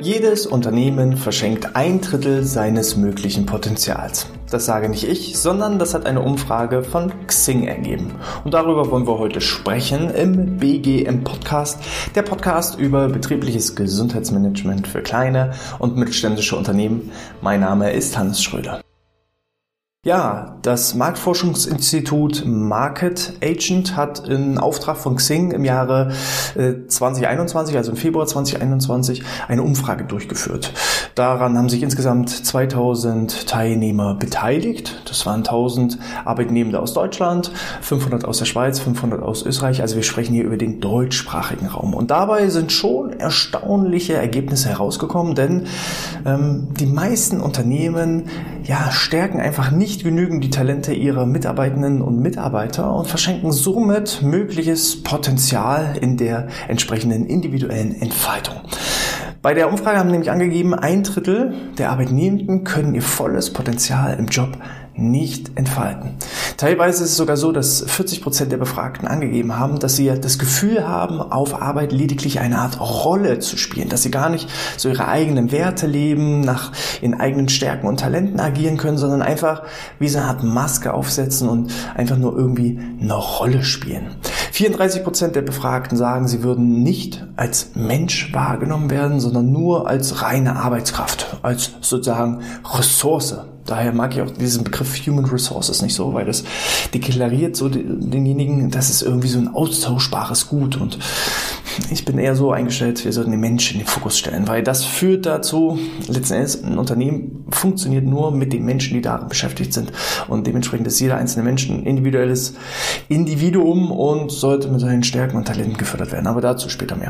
Jedes Unternehmen verschenkt 1/3 seines möglichen Potenzials. Das sage nicht ich, sondern das hat eine Umfrage von Xing ergeben. Und darüber wollen wir heute sprechen im BGM Podcast, der Podcast über betriebliches Gesundheitsmanagement für kleine und mittelständische Unternehmen. Mein Name ist Hannes Schröder. Ja, das Marktforschungsinstitut Market Agent hat in Auftrag von Xing im Jahre 2021, also im Februar 2021, eine Umfrage durchgeführt. Daran haben sich insgesamt 2000 Teilnehmer beteiligt. Das waren 1000 Arbeitnehmende aus Deutschland, 500 aus der Schweiz, 500 aus Österreich. Also wir sprechen hier über den deutschsprachigen Raum. Und dabei sind schon erstaunliche Ergebnisse herausgekommen, denn die meisten Unternehmen stärken einfach nicht genügend die Talente ihrer Mitarbeitenden und Mitarbeiter und verschenken somit mögliches Potenzial in der entsprechenden individuellen Entfaltung. Bei der Umfrage haben nämlich angegeben, 1/3 der Arbeitnehmenden können ihr volles Potenzial im Job nicht entfalten. Teilweise ist es sogar so, dass 40% der Befragten angegeben haben, dass sie das Gefühl haben, auf Arbeit lediglich eine Art Rolle zu spielen, dass sie gar nicht so ihre eigenen Werte leben, nach ihren eigenen Stärken und Talenten agieren können, sondern einfach wie so eine Art Maske aufsetzen und einfach nur irgendwie eine Rolle spielen. 34% der Befragten sagen, sie würden nicht als Mensch wahrgenommen werden, sondern nur als reine Arbeitskraft, als sozusagen Ressource. Daher mag ich auch diesen Begriff Human Resources nicht so, weil das deklariert so denjenigen, das ist irgendwie so ein austauschbares Gut. Und ich bin eher so eingestellt, wir sollten den Menschen in den Fokus stellen, weil das führt dazu, letzten Endes, ein Unternehmen funktioniert nur mit den Menschen, die darin beschäftigt sind. Und dementsprechend ist jeder einzelne Mensch ein individuelles Individuum und sollte mit seinen Stärken und Talenten gefördert werden. Aber dazu später mehr.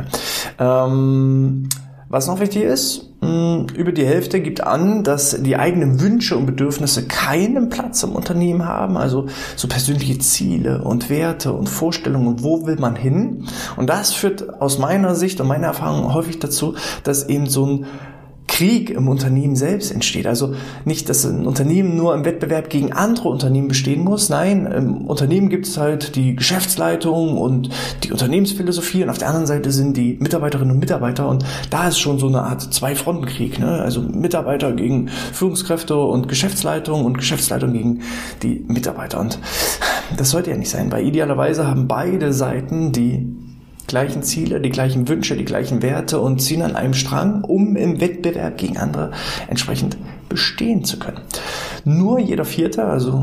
Was noch wichtig ist, über die Hälfte gibt an, dass die eigenen Wünsche und Bedürfnisse keinen Platz im Unternehmen haben, also so persönliche Ziele und Werte und Vorstellungen und wo will man hin. Und das führt aus meiner Sicht und meiner Erfahrung häufig dazu, dass eben so ein Krieg im Unternehmen selbst entsteht. Also nicht, dass ein Unternehmen nur im Wettbewerb gegen andere Unternehmen bestehen muss. Nein, im Unternehmen gibt es halt die Geschäftsleitung und die Unternehmensphilosophie und auf der anderen Seite sind die Mitarbeiterinnen und Mitarbeiter und da ist schon so eine Art Zwei-Fronten-Krieg, ne? Also Mitarbeiter gegen Führungskräfte und Geschäftsleitung gegen die Mitarbeiter. Und das sollte ja nicht sein, weil idealerweise haben beide Seiten die gleichen Ziele, die gleichen Wünsche, die gleichen Werte und ziehen an einem Strang, um im Wettbewerb gegen andere entsprechend bestehen zu können. Nur jeder Vierte, also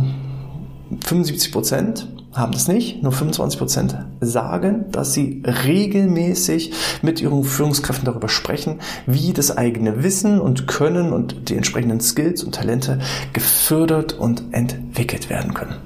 75% haben das nicht, nur 25% sagen, dass sie regelmäßig mit ihren Führungskräften darüber sprechen, wie das eigene Wissen und Können und die entsprechenden Skills und Talente gefördert und entwickelt werden können.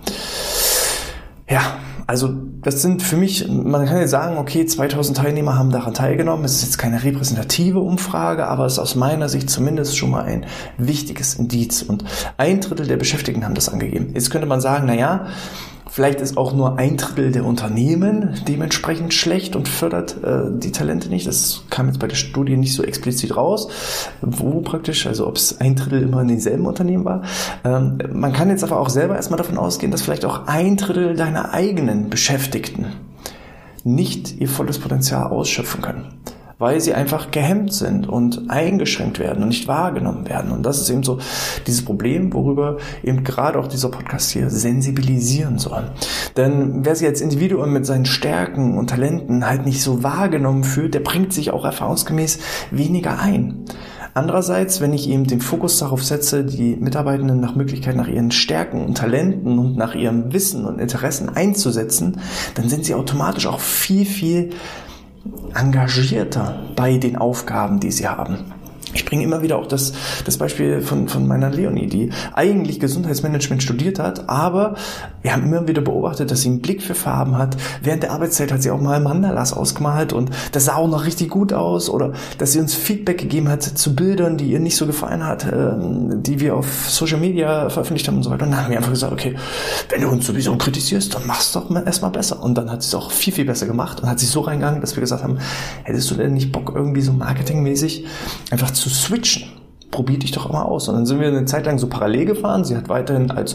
Ja, also das sind für mich, man kann jetzt sagen, okay, 2000 Teilnehmer haben daran teilgenommen. Es ist jetzt keine repräsentative Umfrage, aber es ist aus meiner Sicht zumindest schon mal ein wichtiges Indiz. Und 1/3 der Beschäftigten haben das angegeben. Jetzt könnte man sagen, vielleicht ist auch nur 1/3 der Unternehmen dementsprechend schlecht und fördert die Talente nicht. Das kam jetzt bei der Studie nicht so explizit raus, wo praktisch, also ob es 1/3 immer in denselben Unternehmen war. Man kann jetzt aber auch selber erstmal davon ausgehen, dass vielleicht auch 1/3 deiner eigenen Beschäftigten nicht ihr volles Potenzial ausschöpfen können, weil sie einfach gehemmt sind und eingeschränkt werden und nicht wahrgenommen werden. Und das ist eben so dieses Problem, worüber eben gerade auch dieser Podcast hier sensibilisieren soll. Denn wer sich als Individuum mit seinen Stärken und Talenten halt nicht so wahrgenommen fühlt, der bringt sich auch erfahrungsgemäß weniger ein. Andererseits, wenn ich eben den Fokus darauf setze, die Mitarbeitenden nach Möglichkeit nach ihren Stärken und Talenten und nach ihrem Wissen und Interessen einzusetzen, dann sind sie automatisch auch viel, viel engagierter bei den Aufgaben, die sie haben. Ich bringe immer wieder auch das Beispiel von meiner Leonie, die eigentlich Gesundheitsmanagement studiert hat, aber wir haben immer wieder beobachtet, dass sie einen Blick für Farben hat. Während der Arbeitszeit hat sie auch mal Mandalas ausgemalt und das sah auch noch richtig gut aus, oder dass sie uns Feedback gegeben hat zu Bildern, die ihr nicht so gefallen hat, die wir auf Social Media veröffentlicht haben und so weiter. Und dann haben wir einfach gesagt, okay, wenn du uns sowieso kritisierst, dann mach's doch erstmal besser. Und dann hat sie es auch viel, viel besser gemacht und hat sich so reingegangen, dass wir gesagt haben, hättest du denn nicht Bock, irgendwie so marketingmäßig einfach zu switchen? Probier dich doch auch mal aus. Und dann sind wir eine Zeit lang so parallel gefahren. Sie hat weiterhin als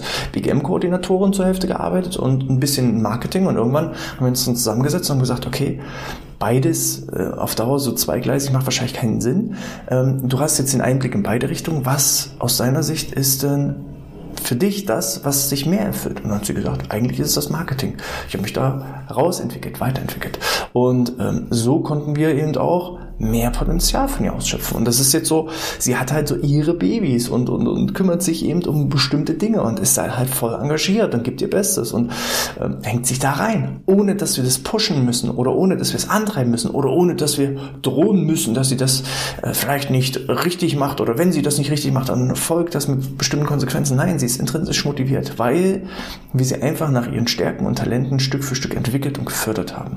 BGM-Koordinatorin zur Hälfte gearbeitet und ein bisschen Marketing. Und irgendwann haben wir uns dann zusammengesetzt und gesagt, okay, beides auf Dauer so zweigleisig macht wahrscheinlich keinen Sinn. Du hast jetzt den Einblick in beide Richtungen. Was aus deiner Sicht ist denn für dich das, was sich mehr erfüllt? Und dann hat sie gesagt, eigentlich ist es das Marketing. Ich habe mich da rausentwickelt, weiterentwickelt. Und so konnten wir eben auch mehr Potenzial von ihr ausschöpfen. Und das ist jetzt so, sie hat halt so ihre Babys und kümmert sich eben um bestimmte Dinge und ist da halt voll engagiert und gibt ihr Bestes und hängt sich da rein, ohne dass wir das pushen müssen oder ohne dass wir es antreiben müssen oder ohne dass wir drohen müssen, dass sie das vielleicht nicht richtig macht oder wenn sie das nicht richtig macht, dann folgt das mit bestimmten Konsequenzen. Nein, sie ist intrinsisch motiviert, weil wir sie einfach nach ihren Stärken und Talenten Stück für Stück entwickelt und gefördert haben.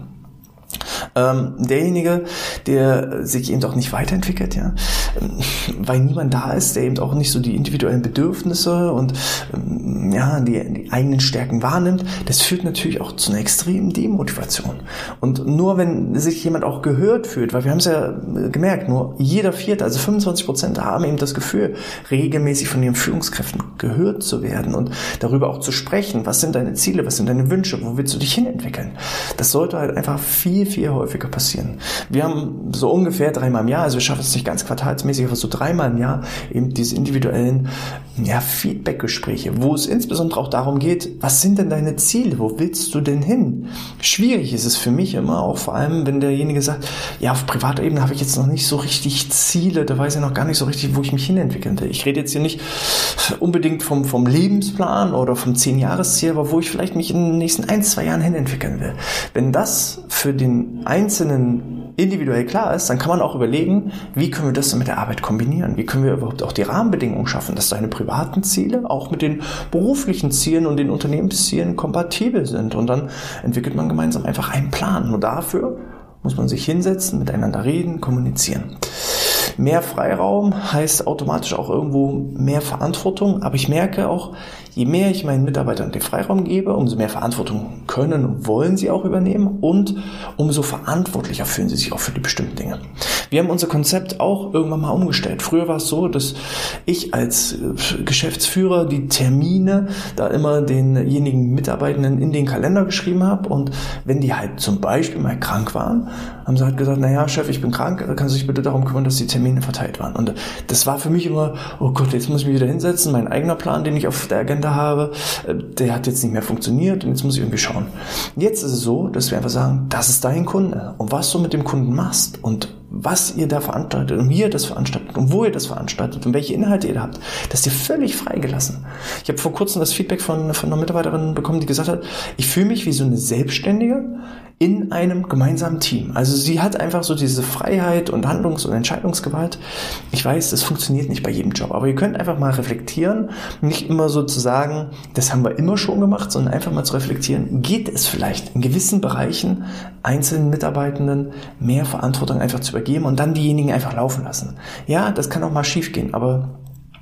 Derjenige, der sich eben auch nicht weiterentwickelt, ja, weil niemand da ist, der eben auch nicht so die individuellen Bedürfnisse und die eigenen Stärken wahrnimmt, das führt natürlich auch zu einer extremen Demotivation. Und nur wenn sich jemand auch gehört fühlt, weil wir haben es ja gemerkt, nur jeder Vierte, also 25% haben eben das Gefühl, regelmäßig von ihren Führungskräften gehört zu werden und darüber auch zu sprechen, was sind deine Ziele, was sind deine Wünsche, wo willst du dich hinentwickeln. Das sollte halt einfach viel, viel häufiger passieren. Wir haben so ungefähr 3-mal im Jahr, also wir schaffen es nicht ganz quartalsmäßig, aber so 3-mal im Jahr eben diese individuellen Feedback-Gespräche, wo es insbesondere auch darum geht, was sind denn deine Ziele, wo willst du denn hin? Schwierig ist es für mich immer, auch vor allem, wenn derjenige sagt, ja, auf privater Ebene habe ich jetzt noch nicht so richtig Ziele, da weiß ich noch gar nicht so richtig, wo ich mich hinentwickeln will. Ich rede jetzt hier nicht unbedingt vom Lebensplan oder vom 10-Jahres-Ziel, aber wo ich vielleicht mich in den nächsten 1-2 Jahren hinentwickeln will. Wenn das für den Einzelnen individuell klar ist, dann kann man auch überlegen, wie können wir das dann mit der Arbeit kombinieren? Wie können wir überhaupt auch die Rahmenbedingungen schaffen, dass deine privaten Ziele auch mit den beruflichen Zielen und den Unternehmenszielen kompatibel sind? Und dann entwickelt man gemeinsam einfach einen Plan. Nur dafür muss man sich hinsetzen, miteinander reden, kommunizieren. Mehr Freiraum heißt automatisch auch irgendwo mehr Verantwortung, aber ich merke auch, je mehr ich meinen Mitarbeitern den Freiraum gebe, umso mehr Verantwortung können und wollen sie auch übernehmen und umso verantwortlicher fühlen sie sich auch für die bestimmten Dinge. Wir haben unser Konzept auch irgendwann mal umgestellt. Früher war es so, dass ich als Geschäftsführer die Termine da immer denjenigen Mitarbeitenden in den Kalender geschrieben habe und wenn die halt zum Beispiel mal krank waren, haben sie halt gesagt, naja, Chef, ich bin krank, kannst du dich bitte darum kümmern, dass die Termine verteilt waren. Und das war für mich immer, oh Gott, jetzt muss ich mich wieder hinsetzen, mein eigener Plan, den ich auf der Agenda habe, der hat jetzt nicht mehr funktioniert und jetzt muss ich irgendwie schauen. Jetzt ist es so, dass wir einfach sagen, das ist dein Kunde und was du mit dem Kunden machst und was ihr da veranstaltet und wie ihr das veranstaltet und wo ihr das veranstaltet und welche Inhalte ihr da habt, das ist dir völlig freigelassen. Ich habe vor kurzem das Feedback von einer Mitarbeiterin bekommen, die gesagt hat, ich fühle mich wie so eine Selbstständige in einem gemeinsamen Team. Also sie hat einfach so diese Freiheit und Handlungs- und Entscheidungsgewalt. Ich weiß, das funktioniert nicht bei jedem Job, aber ihr könnt einfach mal reflektieren, nicht immer so zu sagen, das haben wir immer schon gemacht, sondern einfach mal zu reflektieren, geht es vielleicht in gewissen Bereichen einzelnen Mitarbeitenden mehr Verantwortung einfach zu übergeben und dann diejenigen einfach laufen lassen. Ja, das kann auch mal schief gehen, aber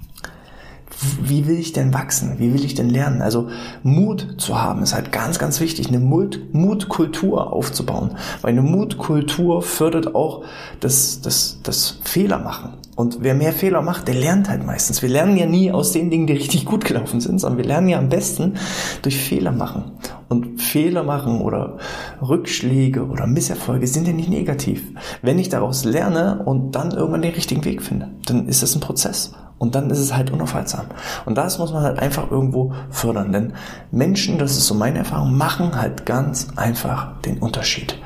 wie will ich denn wachsen? Wie will ich denn lernen? Also Mut zu haben ist halt ganz, ganz wichtig, eine Mutkultur aufzubauen. Weil eine Mutkultur fördert auch das Fehlermachen. Und wer mehr Fehler macht, der lernt halt meistens. Wir lernen ja nie aus den Dingen, die richtig gut gelaufen sind, sondern wir lernen ja am besten durch Fehler machen. Und Fehler machen oder Rückschläge oder Misserfolge sind ja nicht negativ. Wenn ich daraus lerne und dann irgendwann den richtigen Weg finde, dann ist das ein Prozess. Und dann ist es halt unaufhaltsam. Und das muss man halt einfach irgendwo fördern. Denn Menschen, das ist so meine Erfahrung, machen halt ganz einfach den Unterschied.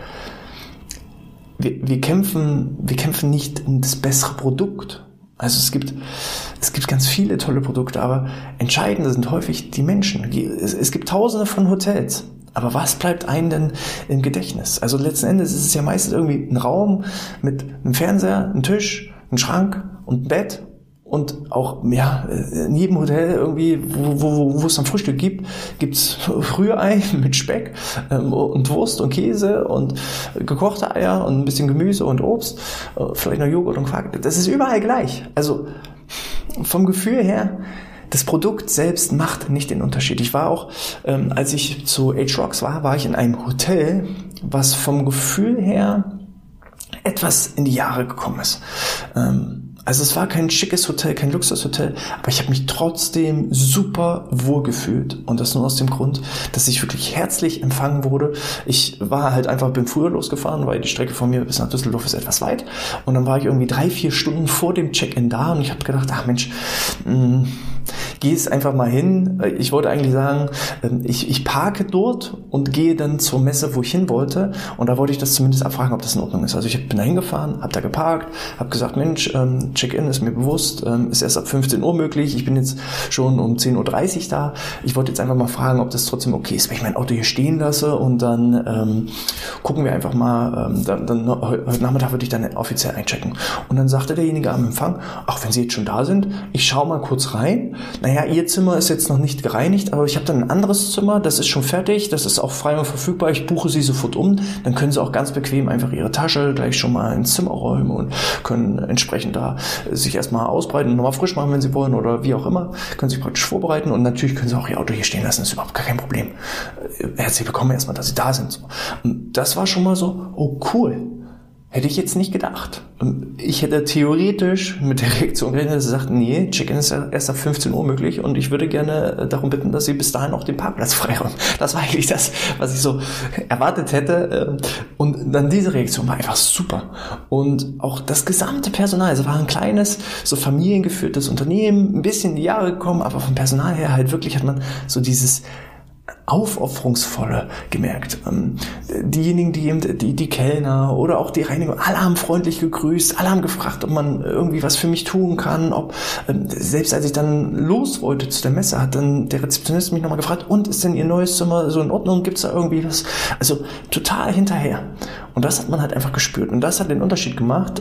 Wir kämpfen nicht um das bessere Produkt. Also es gibt ganz viele tolle Produkte, aber entscheidend sind häufig die Menschen. Es gibt tausende von Hotels. Aber was bleibt einem denn im Gedächtnis? Also letzten Endes ist es ja meistens irgendwie ein Raum mit einem Fernseher, einem Tisch, einem Schrank und einem Bett. Und auch, in jedem Hotel irgendwie, wo es dann Frühstück gibt, gibt's Rührei mit Speck und Wurst und Käse und gekochte Eier und ein bisschen Gemüse und Obst, vielleicht noch Joghurt und Quark. Das ist überall gleich. Also vom Gefühl her, das Produkt selbst macht nicht den Unterschied. Ich war auch, als ich zu H-Rocks war ich in einem Hotel, was vom Gefühl her etwas in die Jahre gekommen ist. Also es war kein schickes Hotel, kein Luxushotel, aber ich habe mich trotzdem super wohl gefühlt. Und das nur aus dem Grund, dass ich wirklich herzlich empfangen wurde. Ich war halt einfach, bin früher losgefahren, weil die Strecke von mir bis nach Düsseldorf ist etwas weit. Und dann war ich irgendwie 3-4 Stunden vor dem Check-in da und ich habe gedacht, ach Mensch, geh es einfach mal hin. Ich wollte eigentlich sagen, ich parke dort und gehe dann zur Messe, wo ich hin wollte. Und da wollte ich das zumindest abfragen, ob das in Ordnung ist. Also ich bin da hingefahren, habe da geparkt, habe gesagt, Mensch, Check-in ist mir bewusst, ist erst ab 15 Uhr möglich. Ich bin jetzt schon um 10.30 Uhr da. Ich wollte jetzt einfach mal fragen, ob das trotzdem okay ist, wenn ich mein Auto hier stehen lasse und dann gucken wir einfach mal, dann heute Nachmittag würde ich dann offiziell einchecken. Und dann sagte derjenige am Empfang, ach, wenn Sie jetzt schon da sind, ich schaue mal kurz rein. Naja, Ihr Zimmer ist jetzt noch nicht gereinigt, aber ich habe dann ein anderes Zimmer, das ist schon fertig, das ist auch frei und verfügbar, ich buche Sie sofort um, dann können Sie auch ganz bequem einfach Ihre Tasche gleich schon mal ins Zimmer räumen und können entsprechend da sich erstmal ausbreiten und nochmal frisch machen, wenn Sie wollen oder wie auch immer, können sich praktisch vorbereiten und natürlich können Sie auch Ihr Auto hier stehen lassen, das ist überhaupt gar kein Problem. Herzlich willkommen erstmal, dass Sie da sind. Und das war schon mal so, oh cool. Hätte ich jetzt nicht gedacht. Ich hätte theoretisch mit der Reaktion gerechnet, dass sie sagt, nee, Check-in ist erst ab 15 Uhr möglich und ich würde gerne darum bitten, dass sie bis dahin auch den Parkplatz freiräumen. Das war eigentlich das, was ich so erwartet hätte. Und dann diese Reaktion war einfach super. Und auch das gesamte Personal, es war ein kleines, so familiengeführtes Unternehmen, ein bisschen in die Jahre gekommen, aber vom Personal her halt wirklich hat man so dieses Aufopferungsvolle gemerkt. Diejenigen, die Kellner oder auch die Reinigung, alle haben freundlich gegrüßt, alle haben gefragt, ob man irgendwie was für mich tun kann, ob, selbst als ich dann los wollte zu der Messe, hat dann der Rezeptionist mich nochmal gefragt, und ist denn Ihr neues Zimmer so in Ordnung, gibt's da irgendwie was? Also total hinterher. Und das hat man halt einfach gespürt und das hat den Unterschied gemacht.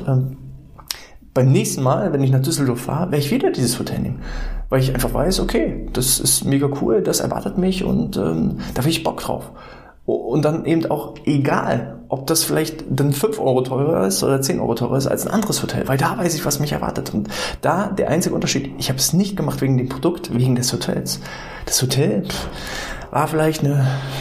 Beim nächsten Mal, wenn ich nach Düsseldorf fahre, werde ich wieder dieses Hotel nehmen. Weil ich einfach weiß, okay, das ist mega cool, das erwartet mich und da habe ich Bock drauf. Und dann eben auch egal, ob das vielleicht dann 5 Euro teurer ist oder 10 Euro teurer ist als ein anderes Hotel. Weil da weiß ich, was mich erwartet. Und da der einzige Unterschied, ich habe es nicht gemacht wegen dem Produkt, wegen des Hotels. Das Hotel war vielleicht eine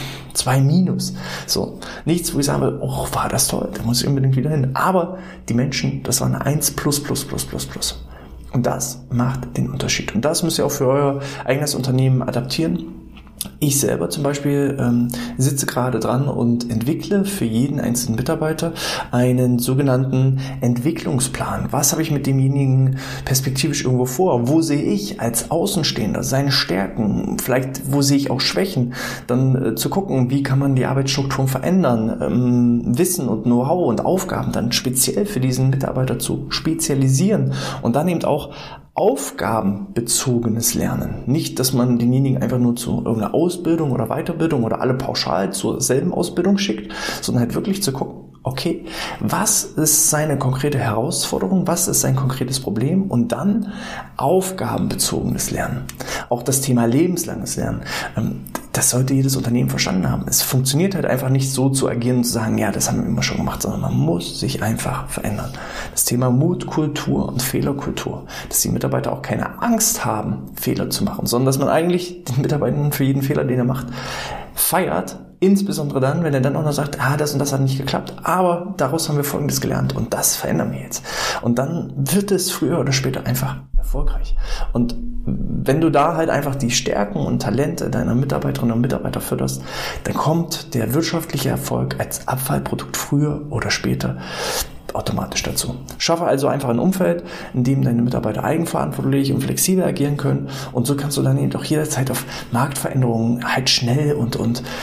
2-. So, nichts, wo ich sage, oh, war das toll, da muss ich unbedingt wieder hin. Aber die Menschen, das war eine 1++++++. Und das macht den Unterschied. Und das müsst ihr auch für euer eigenes Unternehmen adaptieren. Ich selber zum Beispiel sitze gerade dran und entwickle für jeden einzelnen Mitarbeiter einen sogenannten Entwicklungsplan. Was habe ich mit demjenigen perspektivisch irgendwo vor? Wo sehe ich als Außenstehender seine Stärken? Vielleicht, wo sehe ich auch Schwächen? Dann zu gucken, wie kann man die Arbeitsstrukturen verändern? Wissen und Know-how und Aufgaben dann speziell für diesen Mitarbeiter zu spezialisieren und dann eben auch aufgabenbezogenes Lernen. Nicht, dass man denjenigen einfach nur zu irgendeiner Ausbildung oder Weiterbildung oder alle pauschal zur selben Ausbildung schickt, sondern halt wirklich zu gucken, okay, was ist seine konkrete Herausforderung, was ist sein konkretes Problem und dann aufgabenbezogenes Lernen. Auch das Thema lebenslanges Lernen. Das sollte jedes Unternehmen verstanden haben. Es funktioniert halt einfach nicht so zu agieren und zu sagen, ja, das haben wir immer schon gemacht, sondern man muss sich einfach verändern. Das Thema Mutkultur und Fehlerkultur, dass die Mitarbeiter auch keine Angst haben, Fehler zu machen, sondern dass man eigentlich den Mitarbeitern für jeden Fehler, den er macht, feiert. Insbesondere dann, wenn er dann auch noch sagt, das und das hat nicht geklappt, aber daraus haben wir Folgendes gelernt und das verändern wir jetzt. Und dann wird es früher oder später einfach erfolgreich. Und wenn du da halt einfach die Stärken und Talente deiner Mitarbeiterinnen und Mitarbeiter förderst, dann kommt der wirtschaftliche Erfolg als Abfallprodukt früher oder später automatisch dazu. Schaffe also einfach ein Umfeld, in dem deine Mitarbeiter eigenverantwortlich und flexibel agieren können und so kannst du dann eben auch jederzeit auf Marktveränderungen halt schnell und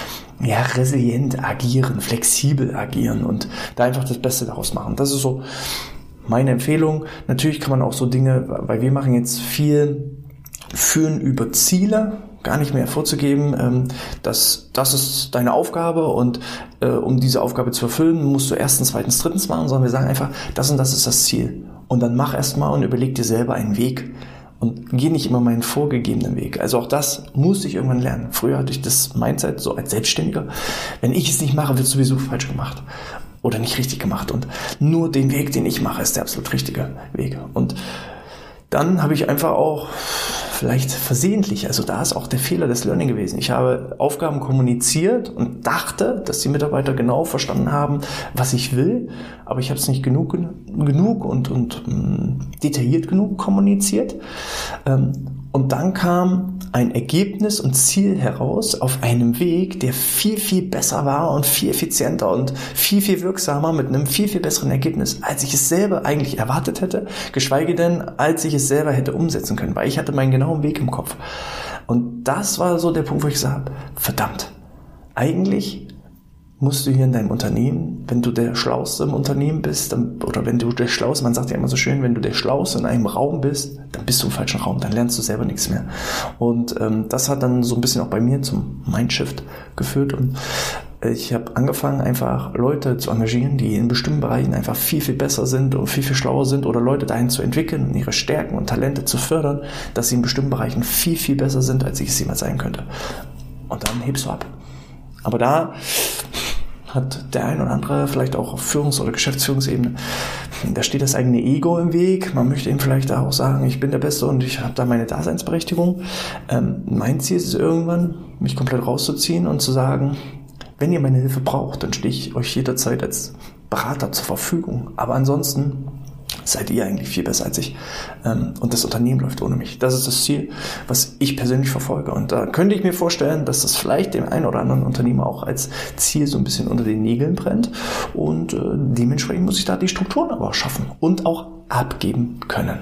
resilient agieren, flexibel agieren und da einfach das Beste daraus machen. Das ist so meine Empfehlung. Natürlich kann man auch so Dinge, weil wir machen jetzt viel Führen über Ziele, gar nicht mehr vorzugeben, das ist deine Aufgabe und um diese Aufgabe zu erfüllen, musst du erstens, zweitens, drittens machen, sondern wir sagen einfach, das und das ist das Ziel. Und dann mach erstmal und überleg dir selber einen Weg. Und geh nicht immer meinen vorgegebenen Weg. Also auch das musste ich irgendwann lernen. Früher hatte ich das Mindset so als Selbstständiger. Wenn ich es nicht mache, wird es sowieso falsch gemacht. Oder nicht richtig gemacht. Und nur den Weg, den ich mache, ist der absolut richtige Weg. Und dann habe ich einfach auch vielleicht versehentlich, also da ist auch der Fehler des Learning gewesen. Ich habe Aufgaben kommuniziert und dachte, dass die Mitarbeiter genau verstanden haben, was ich will, aber ich habe es nicht genug und detailliert genug kommuniziert. Und dann kam ein Ergebnis und Ziel heraus auf einem Weg, der viel, viel besser war und viel effizienter und viel, viel wirksamer mit einem viel, viel besseren Ergebnis, als ich es selber eigentlich erwartet hätte, geschweige denn, als ich es selber hätte umsetzen können, weil ich hatte meinen genauen Weg im Kopf. Und das war so der Punkt, wo ich gesagt habe, verdammt, eigentlich musst du hier in deinem Unternehmen, wenn du der Schlauste im Unternehmen bist, oder wenn du der Schlauste, man sagt ja immer so schön, wenn du der Schlauste in einem Raum bist, dann bist du im falschen Raum, dann lernst du selber nichts mehr. Und das hat dann so ein bisschen auch bei mir zum Mindshift geführt und ich habe angefangen, einfach Leute zu engagieren, die in bestimmten Bereichen einfach viel, viel besser sind und viel, viel schlauer sind oder Leute dahin zu entwickeln und ihre Stärken und Talente zu fördern, dass sie in bestimmten Bereichen viel, viel besser sind, als ich es jemals sein könnte. Und dann hebst du ab. Aber da hat der ein oder andere vielleicht auch auf Führungs- oder Geschäftsführungsebene, da steht das eigene Ego im Weg. Man möchte ihm vielleicht auch sagen, ich bin der Beste und ich habe da meine Daseinsberechtigung. Mein Ziel ist es irgendwann, mich komplett rauszuziehen und zu sagen, wenn ihr meine Hilfe braucht, dann stehe ich euch jederzeit als Berater zur Verfügung. Aber ansonsten seid ihr eigentlich viel besser als ich. Und das Unternehmen läuft ohne mich. Das ist das Ziel, was ich persönlich verfolge. Und da könnte ich mir vorstellen, dass das vielleicht dem einen oder anderen Unternehmer auch als Ziel so ein bisschen unter den Nägeln brennt. Und dementsprechend muss ich da die Strukturen aber auch schaffen und auch abgeben können.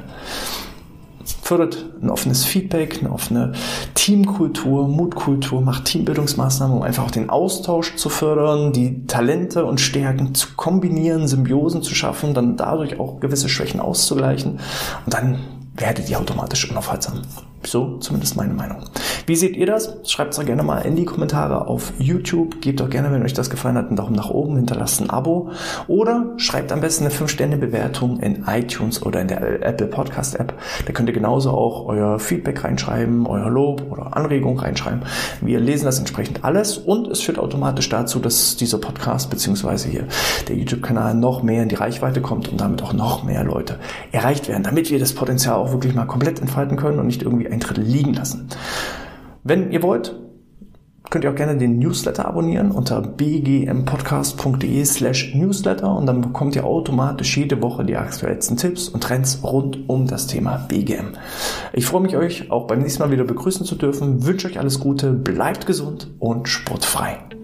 Fördert ein offenes Feedback, eine offene Teamkultur, Mutkultur, macht Teambildungsmaßnahmen, um einfach auch den Austausch zu fördern, die Talente und Stärken zu kombinieren, Symbiosen zu schaffen, dann dadurch auch gewisse Schwächen auszugleichen und dann werdet ihr automatisch unaufhaltsam. So zumindest meine Meinung. Wie seht ihr das? Schreibt es doch gerne mal in die Kommentare auf YouTube. Gebt doch gerne, wenn euch das gefallen hat, einen Daumen nach oben, hinterlasst ein Abo oder schreibt am besten eine 5-Sterne-Bewertung in iTunes oder in der Apple Podcast App. Da könnt ihr genauso auch euer Feedback reinschreiben, euer Lob oder Anregung reinschreiben. Wir lesen das entsprechend alles und es führt automatisch dazu, dass dieser Podcast bzw. hier der YouTube-Kanal noch mehr in die Reichweite kommt und damit auch noch mehr Leute erreicht werden, damit wir das Potenzial auch wirklich mal komplett entfalten können und nicht irgendwie ein Drittel liegen lassen. Wenn ihr wollt, könnt ihr auch gerne den Newsletter abonnieren unter bgmpodcast.de/newsletter und dann bekommt ihr automatisch jede Woche die aktuellsten Tipps und Trends rund um das Thema BGM. Ich freue mich, euch auch beim nächsten Mal wieder begrüßen zu dürfen, wünsche euch alles Gute, bleibt gesund und sportfrei.